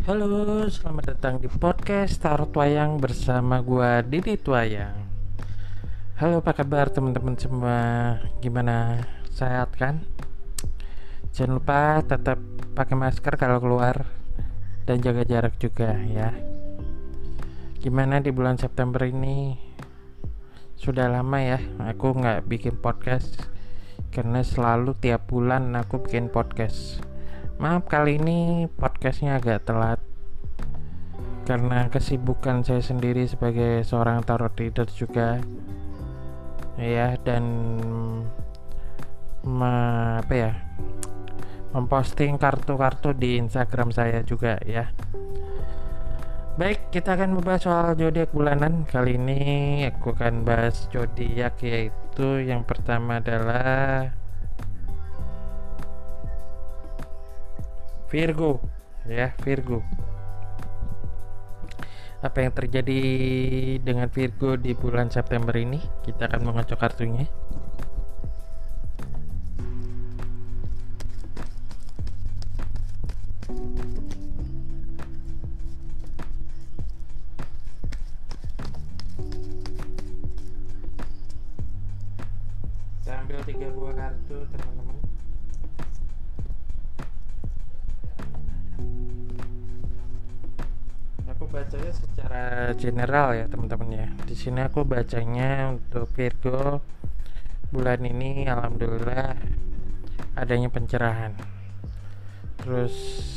Halo, selamat datang di podcast Tarot Wayang bersama gua Didi Twayang. Halo, apa kabar teman-teman semua? Gimana? Sehat kan? Jangan lupa tetap pakai masker kalau keluar dan jaga jarak juga ya. Gimana di bulan September ini? Sudah lama ya aku nggak bikin podcast karena selalu tiap bulan aku bikin podcast. Maaf kali ini podcastnya agak telat karena kesibukan saya sendiri sebagai seorang tarot reader juga ya, dan apa ya, memposting kartu-kartu di Instagram saya juga ya. Baik, kita akan membahas soal zodiak bulanan. Kali ini aku akan bahas zodiak, yaitu yang pertama adalah Virgo ya. Virgo, apa yang terjadi dengan Virgo di bulan September ini? Kita akan mengocok kartunya. Kita ambil 3 buah kartu, teman-teman. Aku bacanya secara general ya, teman-teman ya. Di sini aku bacanya untuk Virgo bulan ini, alhamdulillah adanya pencerahan. Terus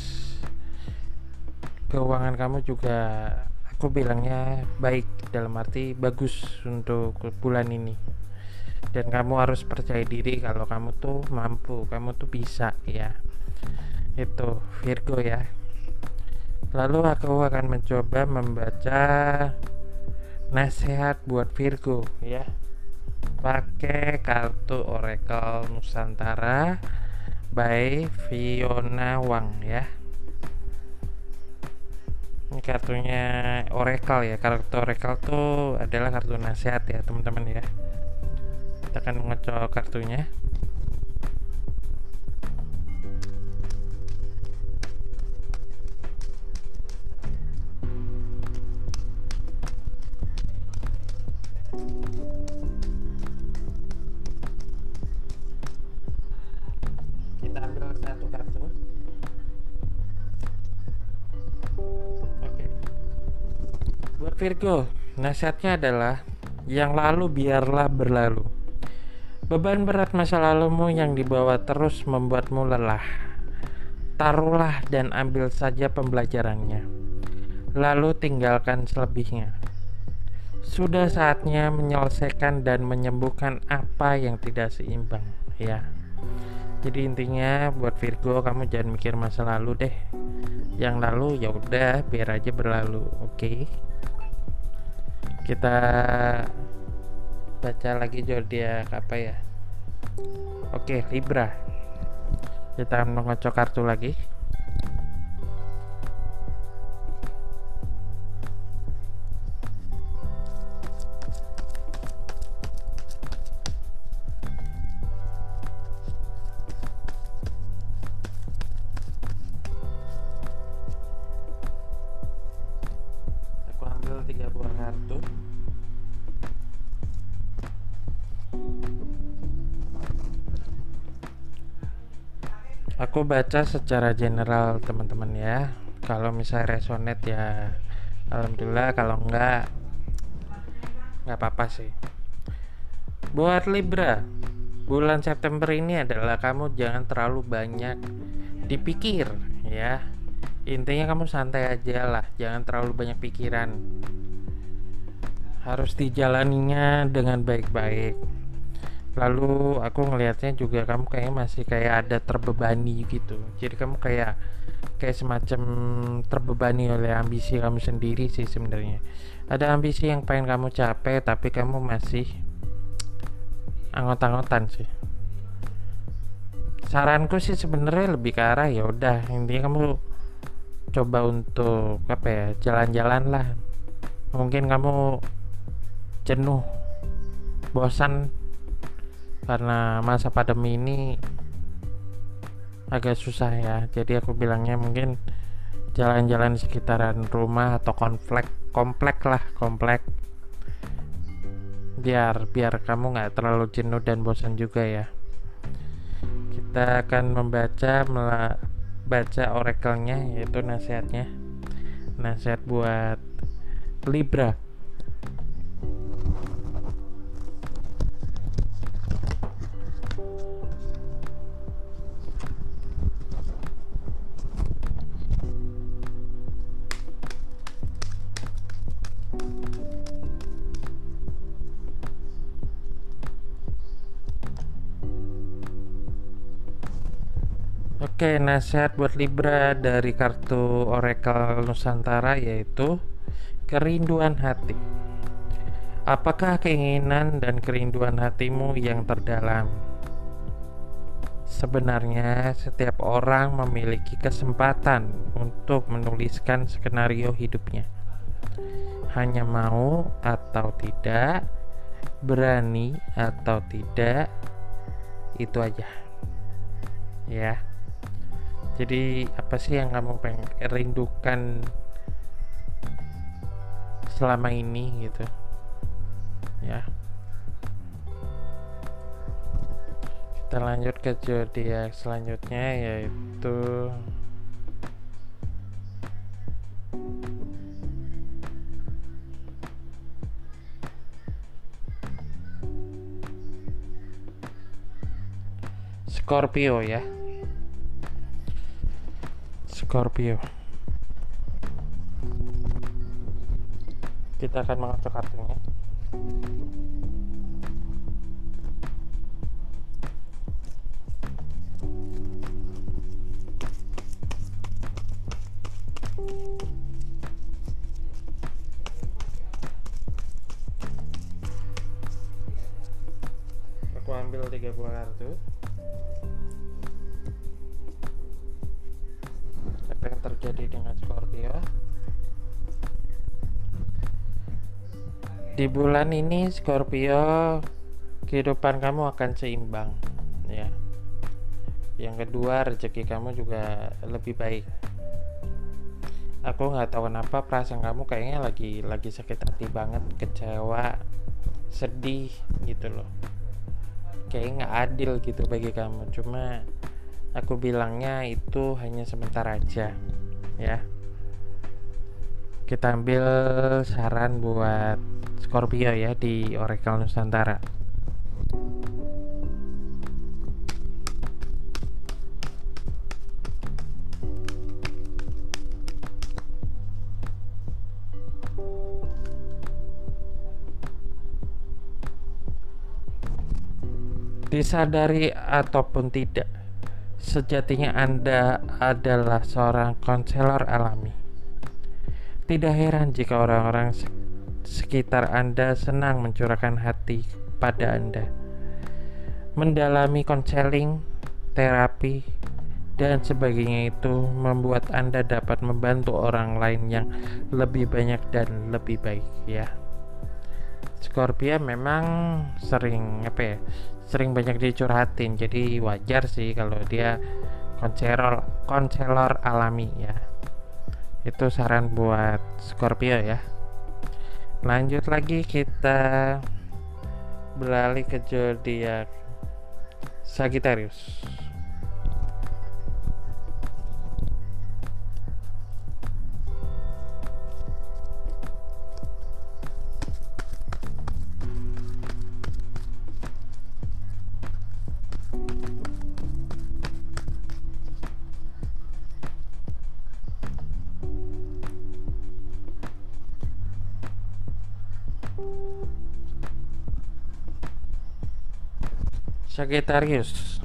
keuangan kamu juga aku bilangnya baik, dalam arti bagus untuk bulan ini. Dan kamu harus percaya diri kalau kamu tuh mampu, kamu tuh bisa ya. Itu Virgo ya. Lalu aku akan mencoba membaca nasihat buat Virgo ya, pakai kartu Oracle Nusantara by Fiona Wang ya. Ini kartunya Oracle ya. Kartu Oracle tuh adalah kartu nasihat ya, teman-teman ya. Kita akan mengocok kartunya. Kita ambil satu kartu. Oke. Buat Virgo, nasihatnya adalah yang lalu biarlah berlalu. Beban berat masa lalumu yang dibawa terus membuatmu lelah. Taruhlah dan ambil saja pembelajarannya, lalu tinggalkan selebihnya. Sudah saatnya menyelesaikan dan menyembuhkan apa yang tidak seimbang ya. Jadi intinya buat Virgo, kamu jangan mikir masa lalu deh. Yang lalu ya udah, biar aja berlalu. Oke. Kita baca lagi zodiak apa ya? Oke, Libra. Kita akan mengocok kartu lagi. Aku ambil 3 buah kartu. Aku baca secara general, teman-teman ya. Kalau misalnya resonate ya alhamdulillah, kalau enggak nggak apa-apa sih. Buat Libra, bulan September ini adalah kamu jangan terlalu banyak dipikir ya. Intinya kamu santai aja lah, jangan terlalu banyak pikiran. Harus dijalaninya dengan baik-baik. Lalu aku ngelihatnya juga kamu kayaknya masih kayak ada terbebani gitu. Jadi kamu kayak semacam terbebani oleh ambisi kamu sendiri sih sebenarnya. Ada ambisi yang pengen kamu capai tapi kamu masih anggot-anggotan sih. Saranku sih sebenarnya lebih ke arah ya udah, intinya kamu coba untuk apa ya, jalan-jalan lah. Mungkin kamu jenuh, bosan karena masa pandemi ini agak susah ya. Jadi aku bilangnya mungkin jalan-jalan di sekitaran rumah atau komplek, biar kamu nggak terlalu jenuh dan bosan juga ya. Kita akan baca oracle-nya, yaitu nasihat buat Libra. Oke, nasihat buat Libra dari kartu Oracle Nusantara yaitu kerinduan hati. Apakah keinginan dan kerinduan hatimu yang terdalam? Sebenarnya setiap orang memiliki kesempatan untuk menuliskan skenario hidupnya. Hanya mau atau tidak, berani atau tidak, itu aja. Ya. Jadi apa sih yang kamu pengen rindukan selama ini gitu ya. Kita lanjut ke zodiak selanjutnya, yaitu Scorpio ya. Scorpio. Kita akan mengacak kartunya. Aku ambil 3 buah kartu. Apa yang terjadi dengan Scorpio? Di bulan ini Scorpio, kehidupan kamu akan seimbang ya. Yang kedua, rezeki kamu juga lebih baik. Aku nggak tahu kenapa perasaan kamu kayaknya lagi sakit hati banget, kecewa, sedih gitu loh. Kayaknya nggak adil gitu bagi kamu. Cuma aku bilangnya itu hanya sebentar aja ya. Kita ambil saran buat Scorpio ya di Oracle Nusantara. Disadari ataupun tidak, sejatinya Anda adalah seorang konselor alami. Tidak heran jika orang-orang sekitar Anda senang mencurahkan hati pada Anda. Mendalami konseling, terapi, dan sebagainya itu membuat Anda dapat membantu orang lain yang lebih banyak dan lebih baik ya. Scorpio memang sering banyak dicurhatin, jadi wajar sih kalau dia konselor alami ya. Itu saran buat Scorpio ya. Lanjut lagi, kita beralih ke zodiak Sagittarius. Sagittarius,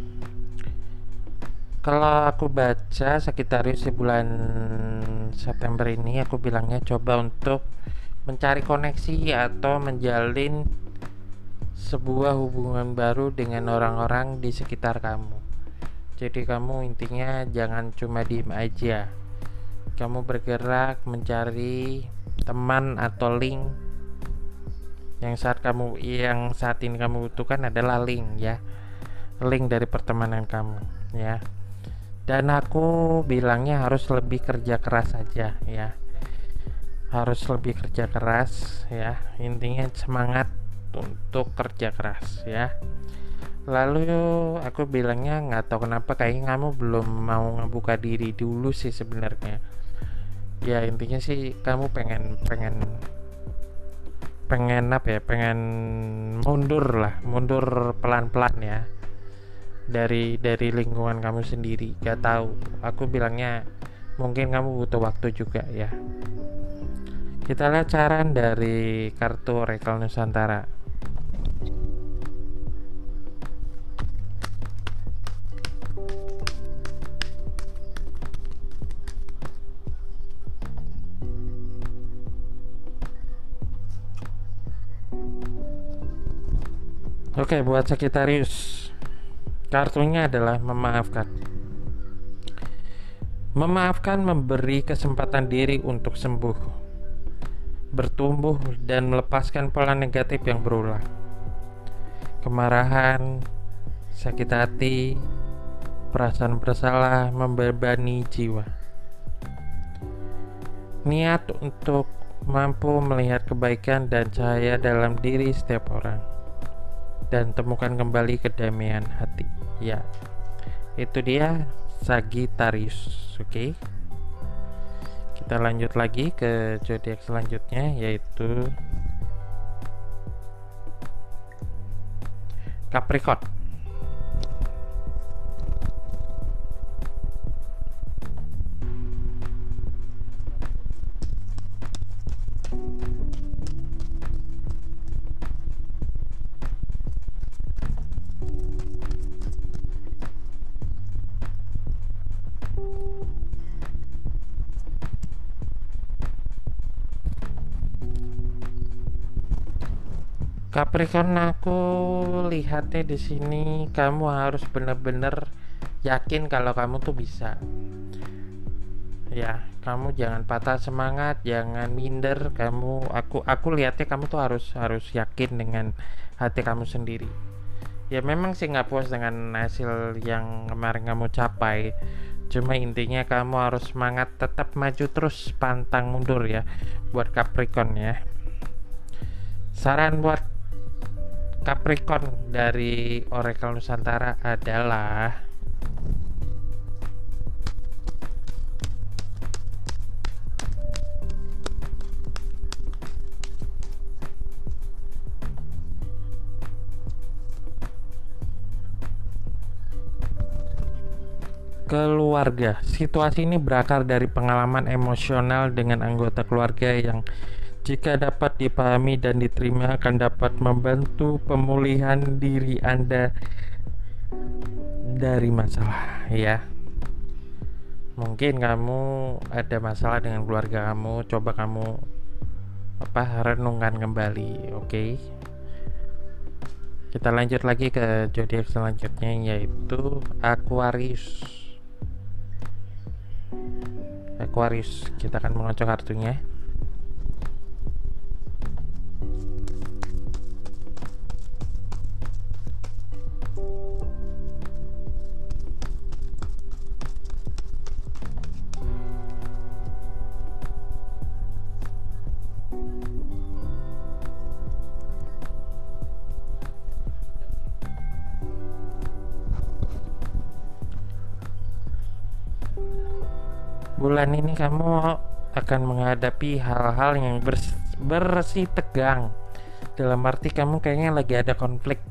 kalau aku baca Sagittarius di bulan September ini, aku bilangnya coba untuk mencari koneksi atau menjalin sebuah hubungan baru dengan orang-orang di sekitar kamu. Jadi kamu intinya jangan cuma diem aja, kamu bergerak mencari teman atau link. Yang saat ini kamu butuhkan adalah link ya, link dari pertemanan kamu ya. dan aku bilangnya harus lebih kerja keras aja ya, harus lebih kerja keras ya, intinya semangat untuk kerja keras ya. Lalu aku bilangnya nggak tahu kenapa kayaknya kamu belum mau ngebuka diri dulu sih sebenarnya. Ya intinya sih kamu pengen pengen pengen apa ya, pengen mundur lah, mundur pelan-pelan ya dari lingkungan kamu sendiri. Gak tahu, aku bilangnya mungkin kamu butuh waktu juga ya. Kita lihat saran dari kartu Oracle Nusantara. Oke, buat Sagittarius, kartunya adalah memaafkan. Memaafkan memberi kesempatan diri untuk sembuh, bertumbuh, dan melepaskan pola negatif yang berulang. Kemarahan, sakit hati, perasaan bersalah membebani jiwa. Niat untuk mampu melihat kebaikan dan cahaya dalam diri setiap orang, dan temukan kembali kedamaian hati. Ya, itu dia Sagittarius. Oke, kita lanjut lagi ke zodiak selanjutnya, yaitu Capricorn. Capricorn, aku lihatnya di sini kamu harus benar-benar yakin kalau kamu tuh bisa. Ya, kamu jangan patah semangat, jangan minder. Aku lihatnya kamu tuh harus yakin dengan hati kamu sendiri. Ya memang sih nggak puas dengan hasil yang kemarin kamu capai. Cuma intinya kamu harus semangat, tetap maju terus, pantang mundur ya buat Capricorn ya. Saran buat Capricorn dari Oracle Nusantara adalah keluarga. Situasi ini berakar dari pengalaman emosional dengan anggota keluarga yang jika dapat dipahami dan diterima akan dapat membantu pemulihan diri Anda dari masalah ya. Mungkin kamu ada masalah dengan keluarga kamu, coba kamu renungkan kembali, oke? Kita lanjut lagi ke zodiak selanjutnya, yaitu Aquarius. Aquarius, kita akan mengocok kartunya. Bulan ini kamu akan menghadapi hal-hal yang bersih tegang. Dalam arti kamu kayaknya lagi ada konflik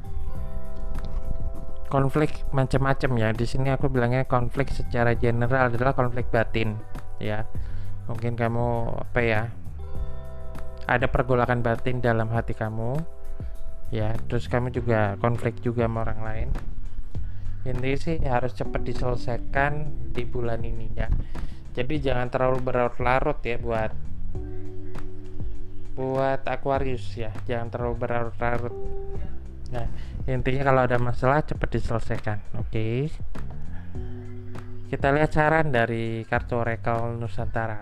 macam-macam ya. Di sini aku bilangnya konflik secara general adalah konflik batin ya. Mungkin kamu ada pergolakan batin dalam hati kamu ya. Terus kamu juga konflik juga sama orang lain. Intinya sih harus cepat diselesaikan di bulan ini ya. Jadi jangan terlalu berlarut-larut ya buat Aquarius ya. Jangan terlalu berlarut-larut. Nah, intinya kalau ada masalah cepat diselesaikan. Oke. Kita lihat saran dari kartu Oracle Nusantara.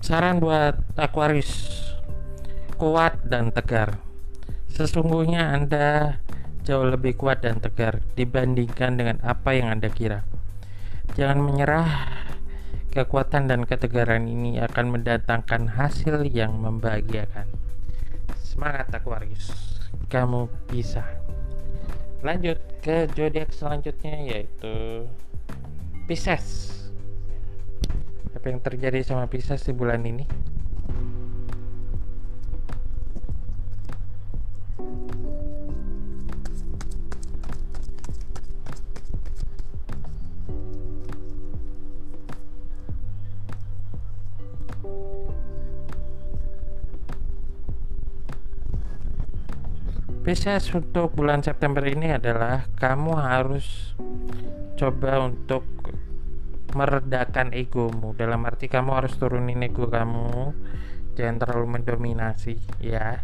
Saran buat Aquarius, kuat dan tegar. Sesungguhnya Anda jauh lebih kuat dan tegar dibandingkan dengan apa yang Anda kira. Jangan menyerah. Kekuatan dan ketegaran ini akan mendatangkan hasil yang membahagiakan. Semangat Aquarius, kamu bisa. Lanjut ke zodiak selanjutnya, yaitu Pisces. Apa yang terjadi sama Pisces di bulan ini? Pisces untuk bulan September ini adalah kamu harus coba untuk meredakan egomu. Dalam arti kamu harus turunin ego kamu, jangan terlalu mendominasi ya.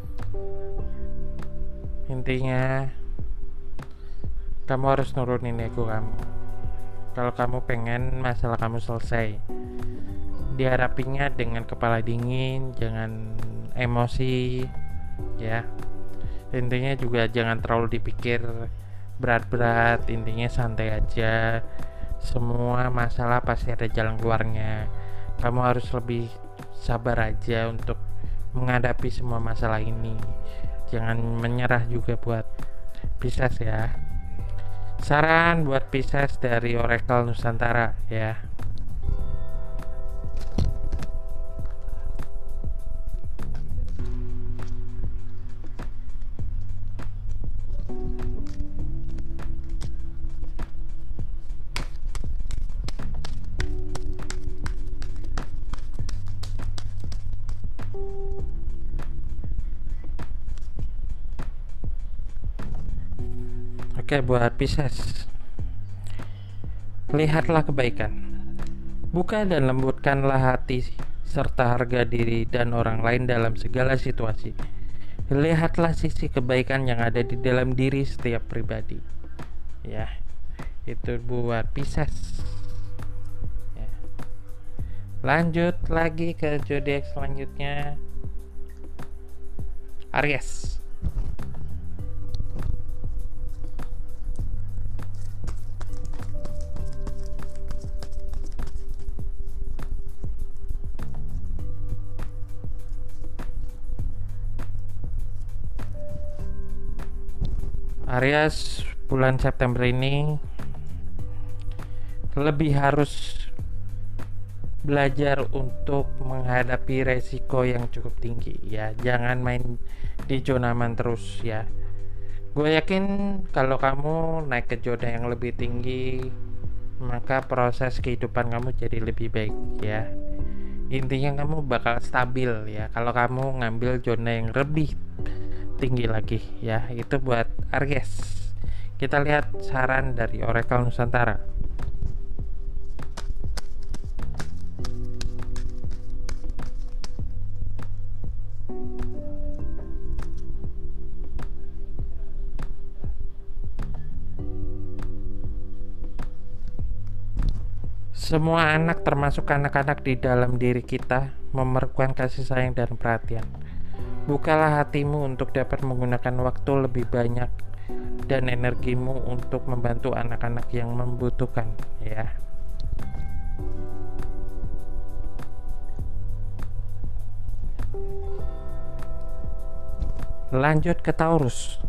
Intinya kamu harus nurunin ego kamu kalau kamu pengen masalah kamu selesai. Dihadapinya dengan kepala dingin, jangan emosi ya. Intinya juga jangan terlalu dipikir berat-berat, intinya santai aja. Semua masalah pasti ada jalan keluarnya. Kamu harus lebih sabar aja untuk menghadapi semua masalah ini. Jangan menyerah juga buat Pisces ya. Saran buat Pisces dari Oracle Nusantara ya. Oke, buat Pisces, lihatlah kebaikan, buka dan lembutkanlah hati serta harga diri dan orang lain dalam segala situasi. Lihatlah sisi kebaikan yang ada di dalam diri setiap pribadi ya. Itu buat Pisces ya. Lanjut lagi ke zodiak selanjutnya, Aries. Aries bulan September ini lebih harus belajar untuk menghadapi resiko yang cukup tinggi ya. Jangan main di zona aman terus ya. Gue yakin kalau kamu naik ke zona yang lebih tinggi, maka proses kehidupan kamu jadi lebih baik ya. Intinya kamu bakal stabil ya kalau kamu ngambil zona yang lebih tinggi lagi ya. Itu buat Aries. Kita lihat saran dari Oracle Nusantara. Semua anak, termasuk anak-anak di dalam diri kita, memerlukan kasih sayang dan perhatian. Bukalah hatimu untuk dapat menggunakan waktu lebih banyak dan energimu untuk membantu anak-anak yang membutuhkan ya. Lanjut ke Taurus.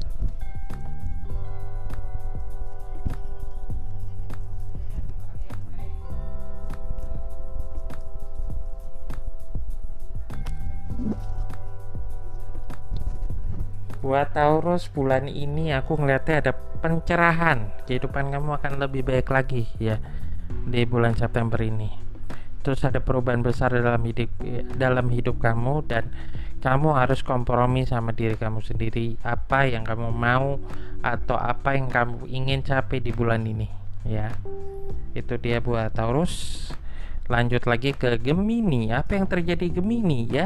Buat Taurus bulan ini aku ngeliatnya ada pencerahan. Kehidupan kamu akan lebih baik lagi ya di bulan September ini. Terus ada perubahan besar dalam hidup kamu, dan kamu harus kompromi sama diri kamu sendiri. Apa yang kamu mau atau apa yang kamu ingin capai di bulan ini ya. Itu dia buat Taurus. Lanjut lagi ke Gemini. Apa yang terjadi Gemini ya?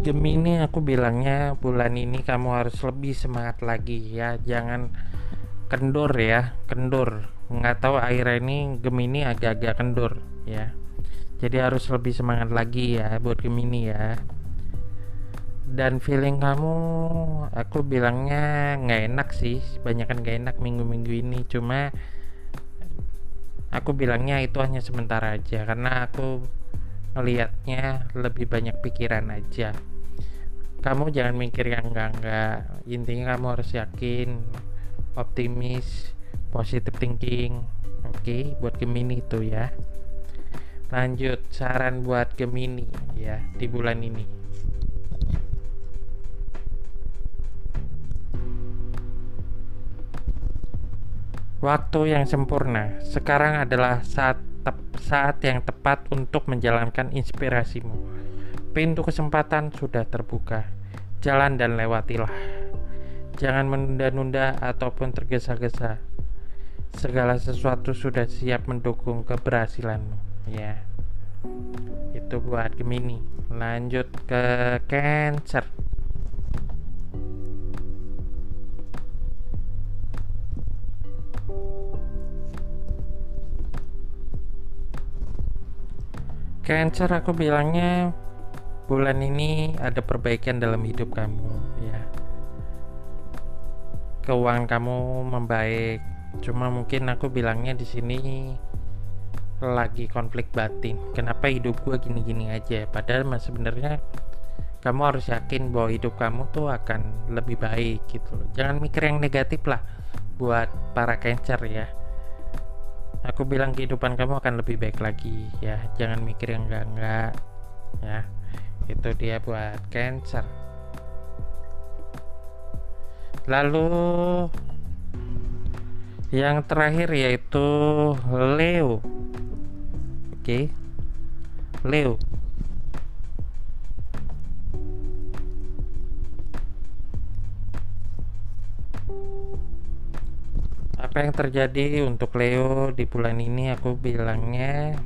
Gemini, aku bilangnya bulan ini kamu harus lebih semangat lagi ya, jangan kendor ya, kendor. Nggak tahu akhir ini Gemini agak-agak kendor ya. Jadi harus lebih semangat lagi ya buat Gemini ya. Dan feeling kamu, aku bilangnya nggak enak sih, banyak kan nggak enak minggu-minggu ini. Cuma aku bilangnya itu hanya sementara aja, karena aku ngelihatnya lebih banyak pikiran aja. Kamu jangan mikir yang enggak, intinya kamu harus yakin, optimis, positive thinking. Oke, buat Gemini itu ya. Lanjut, saran buat Gemini ya di bulan ini. Waktu yang sempurna. Sekarang adalah saat yang tepat untuk menjalankan inspirasimu. Pintu kesempatan sudah terbuka. Jalan dan lewatilah. Jangan menunda-nunda ataupun tergesa-gesa. Segala sesuatu sudah siap mendukung keberhasilanmu. Ya, itu buat Gemini. Lanjut ke Cancer. Cancer, aku bilangnya bulan ini ada perbaikan dalam hidup kamu ya. Keuangan kamu membaik. Cuma mungkin aku bilangnya di sini lagi konflik batin. Kenapa hidup gue gini-gini aja? Padahal sebenarnya kamu harus yakin bahwa hidup kamu tuh akan lebih baik gitu loh. Jangan mikir yang negatif lah buat para Cancer ya. Aku bilang kehidupan kamu akan lebih baik lagi ya. Jangan mikir yang enggak ya. Itu dia buat Cancer. Lalu yang terakhir yaitu Leo. Oke. Leo. Apa yang terjadi untuk Leo di bulan ini? Aku bilangnya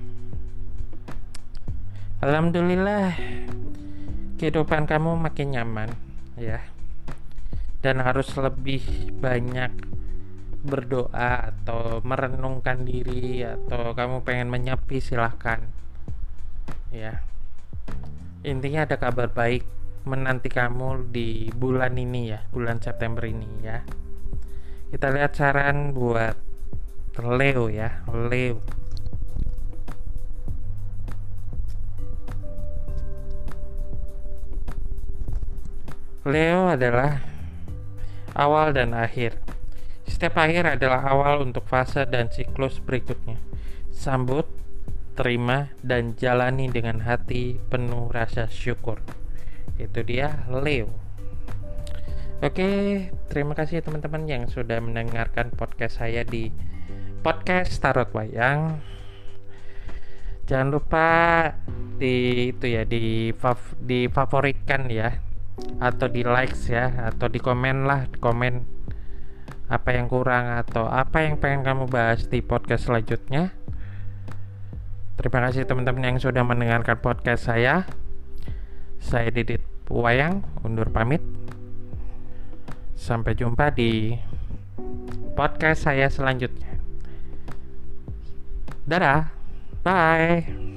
alhamdulillah kehidupan kamu makin nyaman ya. Dan harus lebih banyak berdoa atau merenungkan diri, atau kamu pengen menyepi, silahkan ya. Intinya ada kabar baik menanti kamu di bulan ini ya, bulan September ini ya. Kita lihat saran buat Leo ya. Leo adalah awal dan akhir. Setiap akhir adalah awal untuk fase dan siklus berikutnya. Sambut, terima, dan jalani dengan hati penuh rasa syukur. Itu dia Leo. Oke, terima kasih teman-teman yang sudah mendengarkan podcast saya di podcast Tarot Wayang. Jangan lupa difavoritkan ya, atau di likes ya, atau di komen lah, komen apa yang kurang atau apa yang pengen kamu bahas di podcast selanjutnya. Terima kasih teman-teman yang sudah mendengarkan podcast saya. Saya Didit Wayang undur pamit. Sampai jumpa di podcast saya selanjutnya. Dadah, bye.